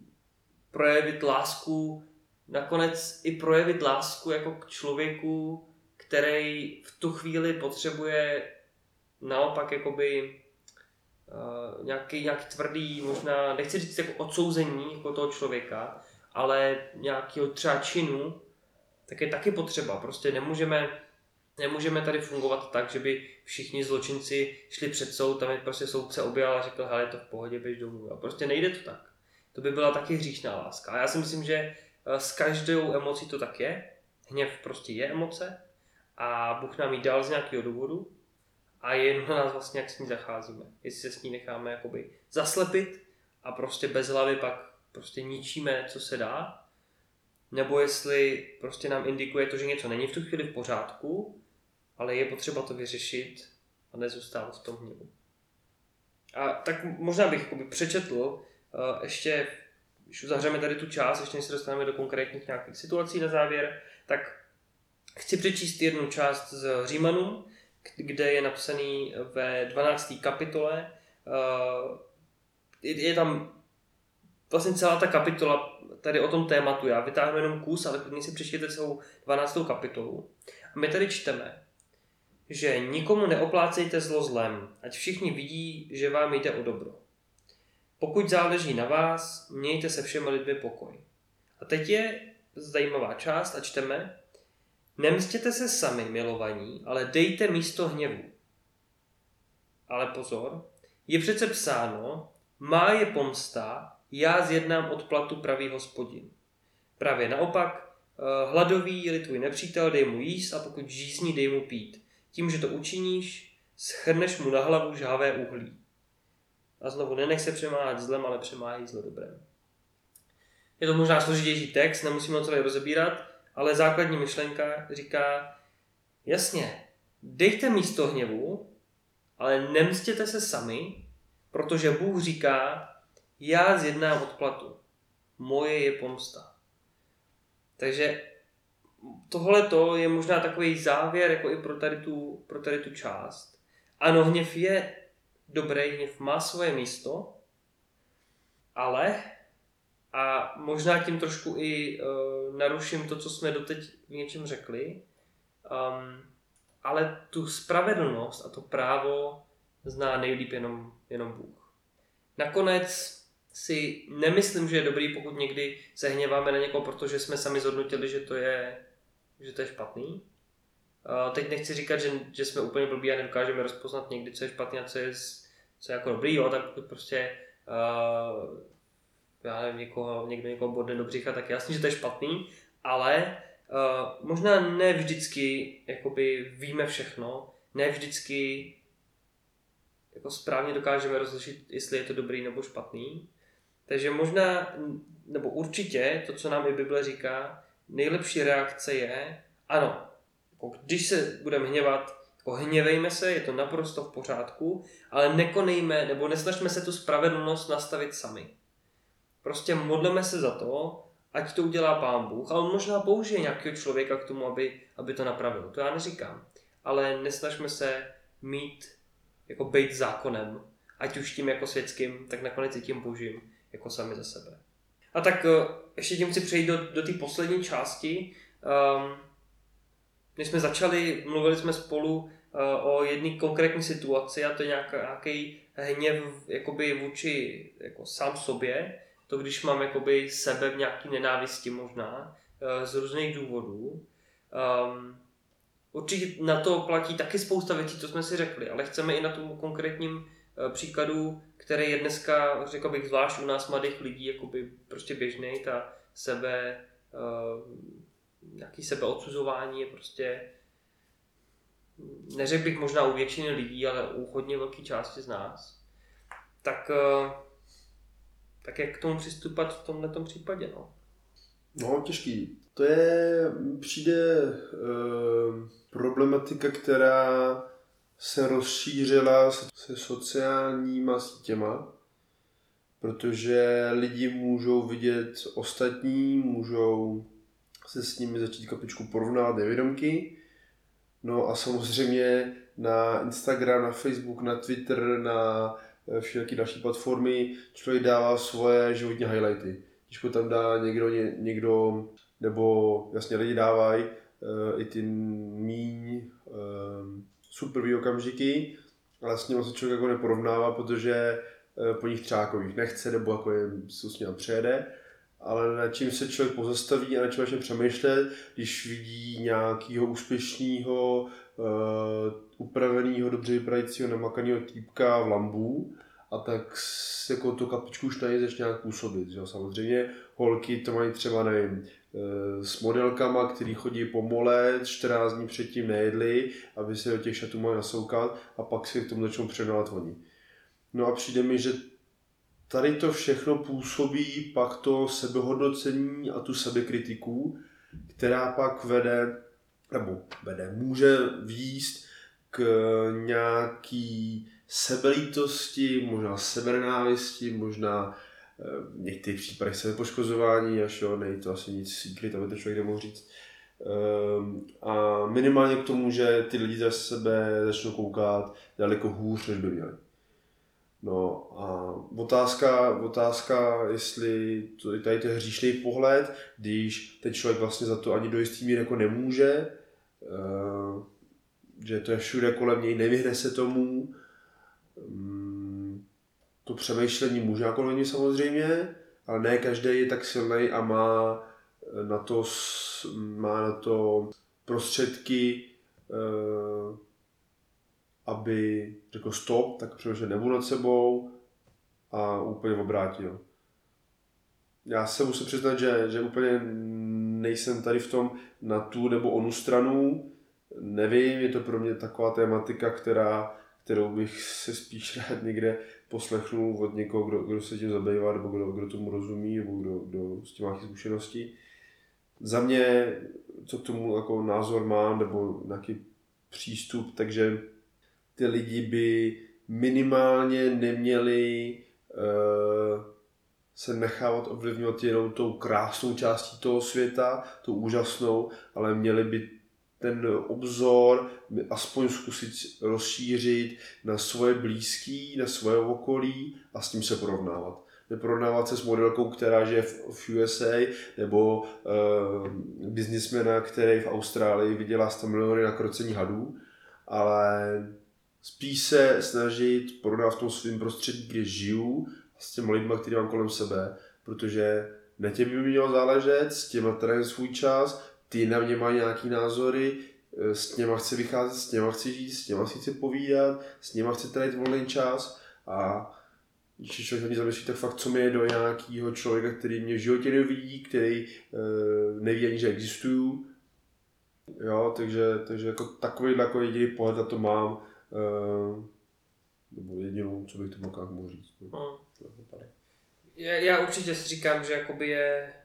projevit lásku, nakonec i projevit lásku jako k člověku, který v tu chvíli potřebuje naopak jakoby uh, nějaký, nějaký tvrdý, možná, nechci říct jako odsouzení jako toho člověka, ale nějakého třeba činu, tak je taky potřeba. Prostě nemůžeme Nemůžeme tady fungovat tak, že by všichni zločinci šli před soud, tam je prostě soudce objal a řekl, hele, je to v pohodě, běž domů. A prostě nejde to tak. To by byla taky hříšná láska. A já si myslím, že s každou emocí to tak je. Hněv prostě je emoce a Bůh nám ji dal z nějakého důvodu a je jen na nás vlastně, jak s ní zacházíme. Jestli se s ní necháme jakoby zaslepit a prostě bez hlavy pak prostě ničíme, co se dá, nebo jestli prostě nám indikuje to, že něco není v tu chvíli v pořádku, ale je potřeba to vyřešit a nezůstávat v tom hněvu. A tak možná bych jakoby přečetl uh, ještě, když uzavřeme tady tu část, ještě než se dostaneme do konkrétních nějakých situací na závěr, tak chci přečíst jednu část z Římanům, kde je napsaný ve dvanácté kapitole. Uh, je, je tam vlastně celá ta kapitola tady o tom tématu. Já vytáhnu jenom kus, ale klidně si přečtěte celou dvanáctou kapitolu. A my tady čteme, že nikomu neoplácejte zlo zlem, ať všichni vidí, že vám jde o dobro. Pokud záleží na vás, mějte se všemi lidmi pokoj. A teď je zajímavá část a čteme, nemstěte se sami, milovaní, ale dejte místo hněvu. Ale pozor, je přece psáno, má je pomsta, já zjednám odplatu, pravý Hospodin. Právě naopak, hladový je-li tvůj nepřítel, dej mu jíst a pokud žízní, dej mu pít. Tím, že to učiníš, schrneš mu na hlavu žhavé uhlí. A znovu, nenech se přemáhat zlem, ale přemáhej zlo dobrém. Je to možná složitější text, nemusíme ho celý rozebírat, ale základní myšlenka říká, jasně, dejte místo hněvu, ale nemstěte se sami, protože Bůh říká, já zjednám odplatu. Moje je pomsta. Takže tohleto je možná takový závěr jako i pro tady tu, pro tady tu část. Ano, hněv je dobrý, hněv má svoje místo, ale, a možná tím trošku i uh, naruším to, co jsme doteď v něčem řekli, um, ale tu spravedlnost a to právo zná nejlíp jenom, jenom Bůh. Nakonec si nemyslím, že je dobrý, pokud někdy se hněváme na někoho, protože jsme sami zhodnotili, že to je, že to je špatný. Uh, teď nechci říkat, že, že jsme úplně blbí a nedokážeme rozpoznat někdy, co je špatný a co je, co je jako dobrý, jo, tak prostě uh, já nevím, někoho, někdo někoho bodne do břicha, tak jasně, že to je špatný, ale uh, možná ne vždycky jakoby víme všechno, ne vždycky jako správně dokážeme rozlišit, jestli je to dobrý nebo špatný. Takže možná, nebo určitě, to, co nám i Bible říká, nejlepší reakce je, ano, jako když se budeme hněvat, jako hněvejme se, je to naprosto v pořádku, ale nekonejme, nebo nesnažme se tu spravedlnost nastavit sami. Prostě modleme se za to, ať to udělá Pán Bůh, a on možná použije nějakého člověka k tomu, aby, aby to napravil. To já neříkám. Ale nesnažme se mít, jako být zákonem, ať už tím jako světským, tak nakonec i tím božím, jako sami za sebe. A tak ještě tím chci přejít do, do té poslední části. Um, když jsme začali, mluvili jsme spolu uh, o jedné konkrétní situaci a to je nějaký hněv jakoby vůči jako sám sobě. To když mám jakoby sebe v nějaký nenávisti možná, uh, z různých důvodů. Um, určitě na to platí taky spousta věcí, co jsme si řekli, ale chceme i na tom konkrétním uh, příkladu, který je dneska, řekl bych, zvlášť u nás mladých lidí, jakoby prostě běžný, ta sebe, uh, nějaký sebeodsuzování je prostě, neřekl bych možná u většiny lidí, ale u hodně velké části z nás. Tak, uh, tak jak k tomu přistupovat v tomhletom případě, no? No, těžký. To je, přijde uh, problematika, která se rozšířila se sociálníma sítěma, protože lidi můžou vidět ostatní, můžou se s nimi začít kapičku porovnávat nevědomky. No a samozřejmě na Instagram, na Facebook, na Twitter, na všechny další platformy člověk dává svoje životní highlighty. Když tam dá někdo, ně, někdo nebo jasně lidi dávají uh, i ty míň uh, super okamžiky, ale s nimi se člověk jako neporovnává, protože uh, po nich třeba jako jich nechce nebo jako jen se s nimi přejede, ale nad čím se člověk pozastaví a nad čím začne přemýšlet, když vidí nějakého úspěšného uh, upravenýho, dobře vypadajícího, namakanýho týpka v lambu a tak s, jako tu kapičku už na něj začne nějak působit. Že? Samozřejmě holky to mají třeba, nevím, s modelkama, který chodí po mole, čtrnáct dní předtím nejedli, aby se do těch šatů mohli nasoukat a pak si k tomu začnou předávat oni. No a přijde mi, že tady to všechno působí pak to sebehodnocení a tu sebekritiku, která pak vede, nebo vede, může vést k nějaký sebelítosti, možná sebenenávisti, možná v některých případech sebepoškozování, až jo, nej to asi nic secret, aby to člověk nemohl říct. A minimálně k tomu, že ty lidi za sebe začnou koukat daleko hůř, než by měli. No a otázka, otázka, jestli to je tady ten hříšný pohled, když ten člověk vlastně za to ani do jistý míry jako nemůže, že to je všude kolem něj, nevyhne se tomu. To přemýšlení může jako není samozřejmě, ale ne každý je tak silný a má na to, má na to prostředky, aby řekl stop, tak přemýšlet nebudu nad sebou a úplně obrátil. Já se musím přiznat, že, že úplně nejsem tady v tom na tu nebo onu stranu. Nevím, je to pro mě taková tématika, která, kterou bych se spíš rád někde poslechnul od někoho, kdo, kdo se tím zabývá, nebo kdo, kdo tomu rozumí, nebo kdo, kdo s tím má zkušenosti. Za mě, co k tomu jako názor mám, nebo nějaký přístup, takže ty lidi by minimálně neměli uh, se nechávat ovlivňovat jenom tou krásnou částí toho světa, tou úžasnou, ale měli by ten obzor aspoň zkusit rozšířit na svoje blízký, na svoje okolí a s tím se porovnávat. Neporovnávat se s modelkou, která žije v U S A, nebo uh, biznismena, který v Austrálii vydělá sto miliony na krocení hadů, ale spíš se snažit porovnávat v tom svém prostředí, kde žiju, s těmi lidmi, který mám kolem sebe, protože na tě by mi mělo záležet, s těma trávím svůj čas, ty na mě mají nějaký názory, s těma chci vycházet, s těma chci žít, s těma chci povídat, s těma chci trávit volný čas a když člověk hodně zamyslí, tak fakt co mi je do nějakého člověka, který mě v životě nevidí, který uh, neví ani, že existuju. Jo, takže, takže jako takovýhle jako jediný pohled na to mám, uh, nebo jedinou, co bych to mohl říct. No. Hmm. Já, já určitě si říkám, že jakoby je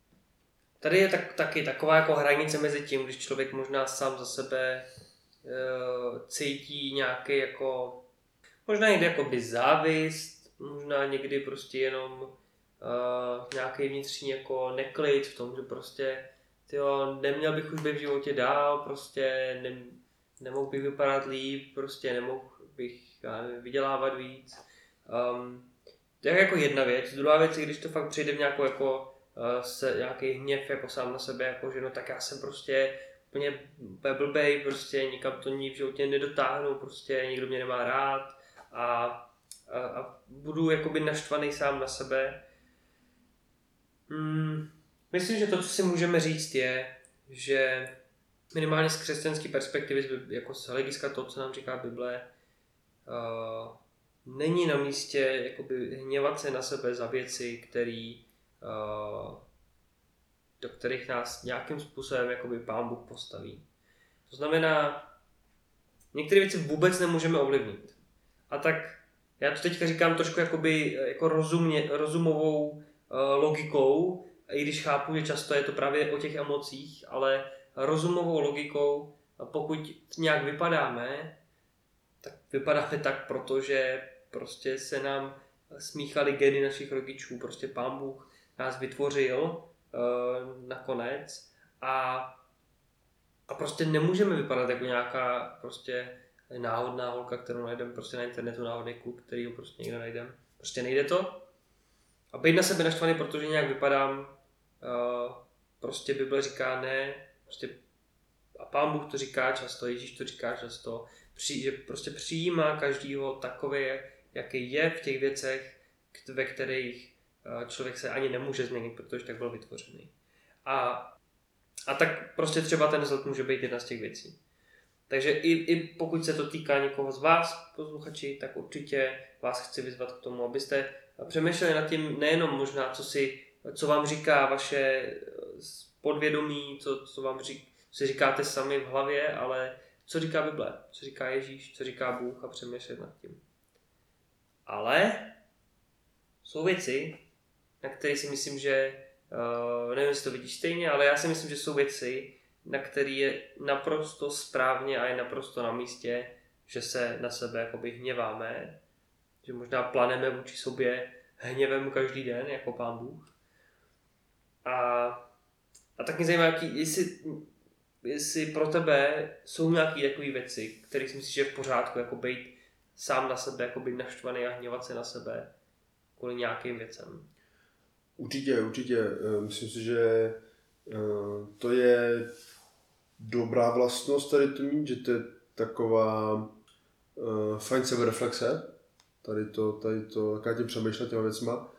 tady je tak, taky taková jako hranice mezi tím, když člověk možná sám za sebe uh, cítí nějaký jako, možná někdy jakoby závist, možná někdy prostě jenom uh, nějaký vnitřní jako neklid v tom, že prostě tyjo, neměl bych už být v životě dál, prostě ne, nemohl bych vypadat líp, prostě nemohl bych já nevím, vydělávat víc. Um, to je jako jedna věc. Druhá věc je, když to fakt přijde v nějakou jako se nějaký hněv jako sám na sebe, jako že no tak já jsem prostě úplně blbej, prostě nikam to ní v životě nedotáhnu, prostě nikdo mě nemá rád a, a, a budu jakoby naštvaný sám na sebe. Hmm, myslím, že to, co si můžeme říct je, že minimálně z křesťanské perspektivy, jako z hlediska toho, co nám říká Bible, uh, není na místě jakoby hněvat se na sebe za věci, které do kterých nás nějakým způsobem jakoby Pán Bůh postaví. To znamená, některé věci vůbec nemůžeme ovlivnit. A tak já to teďka říkám trošku jakoby, jako rozumně, rozumovou uh, logikou, i když chápu, že často je to právě o těch emocích, ale rozumovou logikou, pokud nějak vypadáme, tak vypadáme tak, protože prostě se nám smíchaly geny našich rodičů, prostě Pán Bůh nás vytvořil uh, nakonec a, a prostě nemůžeme vypadat jako nějaká prostě náhodná holka, kterou najdeme prostě na internetu, náhodný kluk, který ho prostě někde najdeme. Prostě nejde to. A být na sebe naštvaný, protože nějak vypadám, uh, prostě Bible říká ne, prostě a Pán Bůh to říká často, Ježíš to říká často, při, že prostě přijímá každýho takový, jaký je v těch věcech, ve kterých člověk se ani nemůže změnit, protože tak byl vytvořený. A, a tak prostě třeba ten vzhled může být jedna z těch věcí. Takže i, i pokud se to týká někoho z vás, posluchači, tak určitě vás chci vyzvat k tomu, abyste přemýšleli nad tím nejenom možná, co, si, co vám říká vaše podvědomí, co, co vám řík, co si říkáte sami v hlavě, ale co říká Bible, co říká Ježíš, co říká Bůh a přemýšlet nad tím. Ale jsou věci, na které si myslím, že, uh, nevím, jestli to vidíš stejně, ale já si myslím, že jsou věci, na který je naprosto správně a je naprosto na místě, že se na sebe jakoby hněváme, že možná planeme vůči sobě hněvem každý den, jako Pán Bůh. A, a tak mě zajímá, jaký, jestli, jestli pro tebe jsou nějaké takové věci, které si myslíš, že je v pořádku, jako být sám na sebe, jako být naštvaný a hněvat se na sebe kvůli nějakým věcem. Určitě, určitě. Myslím si, že to je dobrá vlastnost tady to mít, že to je taková uh, fajn sebereflexe. Tady to, tady to, jak já tím přemýšlím těma věcma.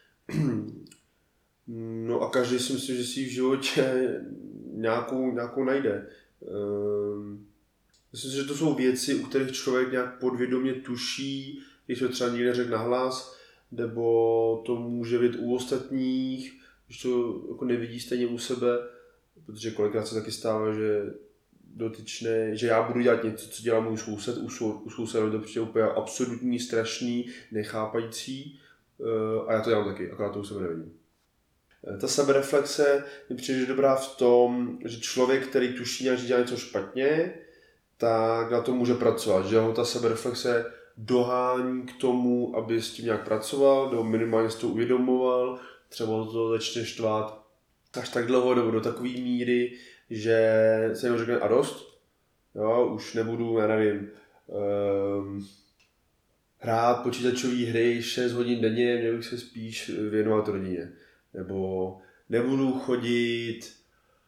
No a každý si myslím, že si v životě nějakou, nějakou najde. Um, myslím si, že to jsou věci, u kterých člověk nějak podvědomě tuší, když to třeba někde řekl nahlas, nebo to může být u ostatních, když to jako nevidí stejně u sebe, protože kolikrát se taky stává, že dotyčné, že já budu dělat něco, co dělá můj soused, u, sou, u souseda to přijde úplně absolutní, strašný, nechápající a já to dělám taky, akorát to u sebe nevidím. Ta sebereflexe mi přijde, že dobrá v tom, že člověk, který tuší nějak, že dělá něco špatně, tak na to může pracovat, že ho ta sebereflexe dohání k tomu, aby s tím nějak pracoval, nebo minimálně si to uvědomoval, třeba to začne štvát až tak dlouho, nebo do takové míry, že se jenom řekne a dost, jo, už nebudu, já nevím, um, hrát počítačové hry šest hodin denně, měl bych se spíš věnovat rodině, nebo nebudu chodit,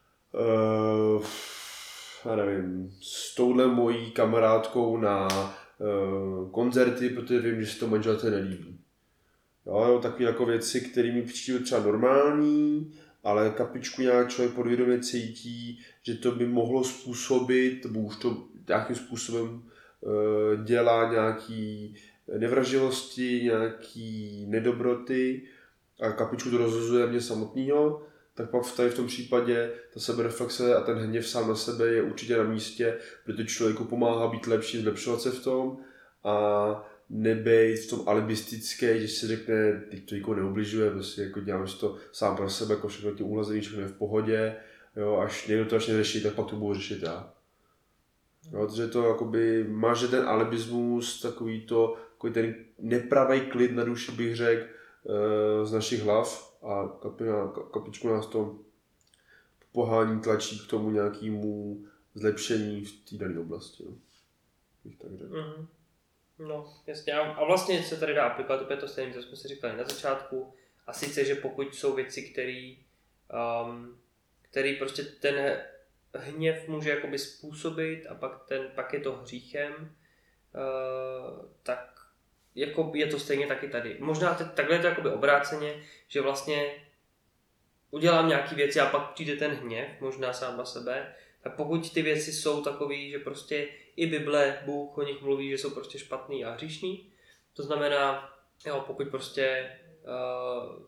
uh, já nevím, s touhle mojí kamarádkou na uh, koncerty, protože vím, že si to manželce nelíbí. Jo, takové jako věci, které mi přijde třeba normální, ale kapičku nějak člověk podvědomě cítí, že to by mohlo způsobit, nebo už to nějakým způsobem e, dělá nějaký nevraživosti, nějaký nedobroty a kapičku to rozhazuje mě samotného, tak pak tady v tom případě ta sebereflexe a ten hněv sám na sebe je určitě na místě, protože člověku pomáhá být lepší, zlepšovat se v tom a nebejt v tom alibistické, že si řekne, teď to nikoho neubližuje, prostě jako dělám si to sám pro sebe, jako všechno tím uhlazený, všechno je v pohodě, jo, až někdo to až neřeší, tak pak to budu řešit já. Jo, protože to jakoby máže ten alibismus, takový to, takový ten nepravý klid na duši bych řekl z našich hlav a kapina, kapičku nás to pohání, tlačí k tomu nějakému zlepšení v té dané oblasti. Jo. Bych tak řekl. Mm-hmm. No, jasně. A vlastně se tady dá aplikovat opět to stejné, co jsme si říkali na začátku. A sice, že pokud jsou věci, které um, který prostě ten hněv může jakoby způsobit a pak, ten, pak je to hříchem, uh, tak jako je to stejně taky tady. Možná teď, takhle je to jakoby obráceně, že vlastně udělám nějaký věci a pak přijde ten hněv, možná sám na sebe, tak pokud ty věci jsou takový, že prostě i Bible, Bůh o nich mluví, že jsou prostě špatný a hříšný, to znamená, jo, pokud prostě uh,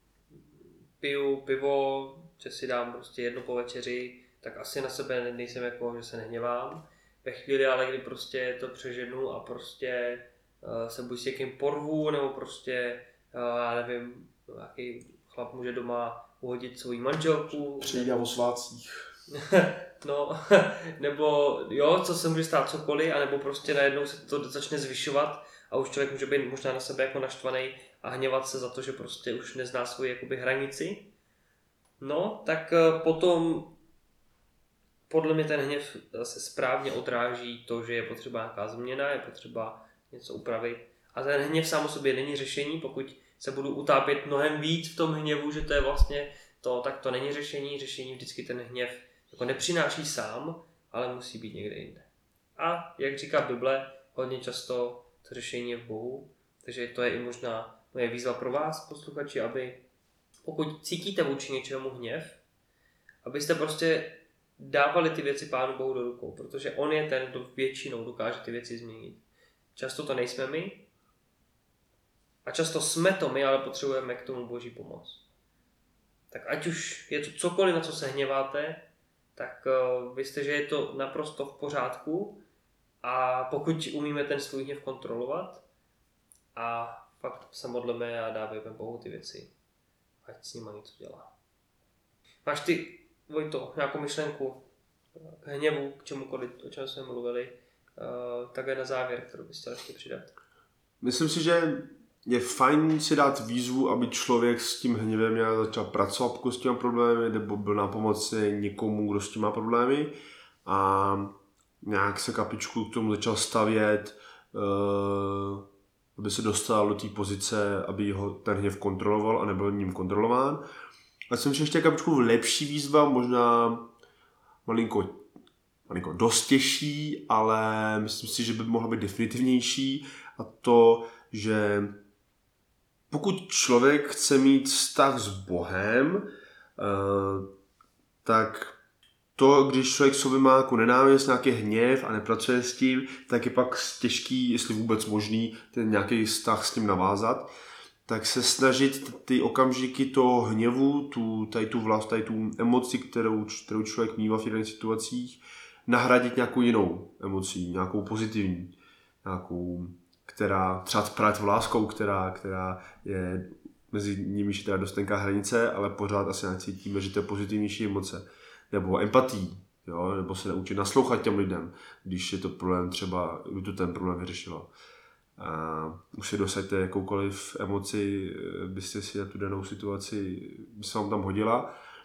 piju pivo, že si dám prostě jedno po večeři, tak asi na sebe nejsem jako, že se nehněvám. Ve chvíli ale, kdy prostě to přeženu a prostě uh, se buď s někým porvu, nebo prostě, uh, já nevím, nějaký chlap může doma uhodit svou manželku. Přijde o svátcích. No, nebo jo, co se může stát cokoliv, anebo prostě najednou se to začne zvyšovat a už člověk může být možná na sebe jako naštvaný a hněvat se za to, že prostě už nezná svoji jakoby hranici. No, tak potom podle mě ten hněv zase správně odráží to, že je potřeba nějaká změna, je potřeba něco upravit. A ten hněv sám o sobě není řešení, pokud se budu utápět mnohem víc v tom hněvu, že to je vlastně to, tak to není řešení. Řešení vždycky ten hněv jako nepřináší sám, ale musí být někde jinde. A jak říká Bible, hodně často to řešení je v Bohu, takže to je i možná moje výzva pro vás, posluchači, aby pokud cítíte vůči něčemu hněv, abyste prostě dávali ty věci Pánu Bohu do rukou, protože on je ten, kdo většinou dokáže ty věci změnit. Často to nejsme my a často jsme to my, ale potřebujeme k tomu Boží pomoc. Tak ať už je to cokoliv, na co se hněváte, tak uh, vězte, že je to naprosto v pořádku a pokud umíme ten svůj hněv kontrolovat a fakt se modlíme a dávejme Bohu ty věci, ať s nimi něco dělá. Máš ty, Vojto, nějakou myšlenku k hněvu, k čemukoliv, o čem jsme mluvili, uh, takhle na závěr, kterou bys chtěl ještě přidat? Myslím si, že je fajn si dát výzvu, aby člověk s tím hněvem nějak začal pracovat, pokud s těma problémy, nebo byl na pomoci někomu, kdo s tím má problémy a nějak se kapičku k tomu začal stavět, uh, aby se dostal do té pozice, aby ho ten hněv kontroloval a nebyl ním kontrolován. A jsem si ještě kapičku lepší výzva, možná malinko, malinko dost těžší, ale myslím si, že by mohla být definitivnější, a to, že pokud člověk chce mít vztah s Bohem, tak to, když člověk sobě má jako nenávist, nějaký hněv a nepracuje s tím, tak je pak těžký, jestli vůbec možný, ten nějaký vztah s tím navázat. Tak se snažit ty okamžiky toho hněvu, tu, tady tu vlast, tady tu emoci, kterou, kterou člověk mívá v jiných situacích, nahradit nějakou jinou emocí, nějakou pozitivní, nějakou, která třeba právě láskou, která, která je mezi nimi teda dost tenká hranice, ale pořád asi necítíme, že to je pozitivnější emoce. Nebo empatí, jo? Nebo se naučit naslouchat těm lidem, když je to problém třeba, kdy to ten problém vyřešilo. A už si dosaďte jakoukoliv emoci, byste si na tu danou situaci, by se vám tam hodila.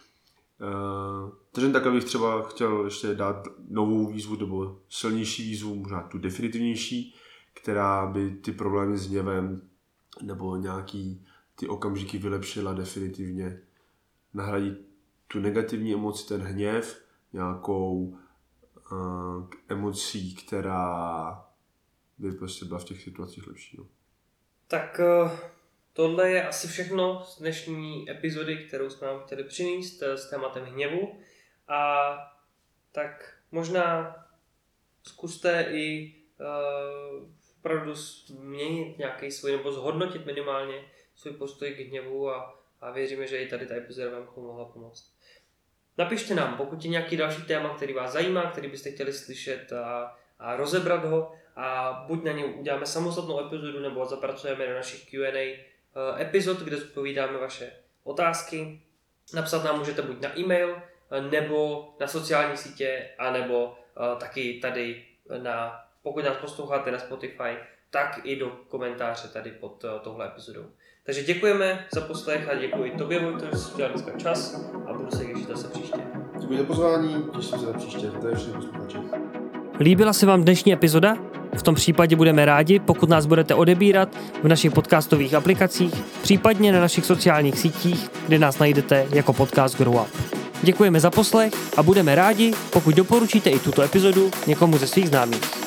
Uh, takže takhle bych třeba chtěl ještě dát novou výzvu, nebo silnější výzvu, možná tu definitivnější, která by ty problémy s hněvem nebo nějaký ty okamžiky vylepšila definitivně. Nahradit tu negativní emoci, ten hněv, nějakou uh, emocí, která by prostě byla v těch situacích lepší. No. Tak tohle je asi všechno z dnešní epizody, kterou jsme vám chtěli přinést s tématem hněvu. A tak možná zkuste i uh, opravdu změnit nějaký svůj, nebo zhodnotit minimálně svůj postoj k hněvu a, a věříme, že i tady ta epizoda vám k tomu mohla pomoct. Napište nám, pokud je nějaký další téma, který vás zajímá, který byste chtěli slyšet a, a rozebrat ho, a buď na něj uděláme samostatnou epizodu, nebo zapracujeme do našich Q and A epizod, kde zodpovídáme vaše otázky. Napsat nám můžete buď na e-mail, nebo na sociální sítě, anebo uh, taky tady, na, pokud nás posloucháte na Spotify, tak i do komentáře tady pod uh, touhle epizodou. Takže děkujeme za poslech a děkuji tobě, Vojto, že jsi udělal dneska čas a budu se těšit zase příště. Děkuji za pozvání, těším se na příště. To je všechno posluchači. Líbila se vám dnešní epizoda? V tom případě budeme rádi, pokud nás budete odebírat v našich podcastových aplikacích, případně na našich sociálních sítích, kde nás najdete jako podcast Grow Up. Děkujeme za poslech a budeme rádi, pokud doporučíte i tuto epizodu někomu ze svých známých.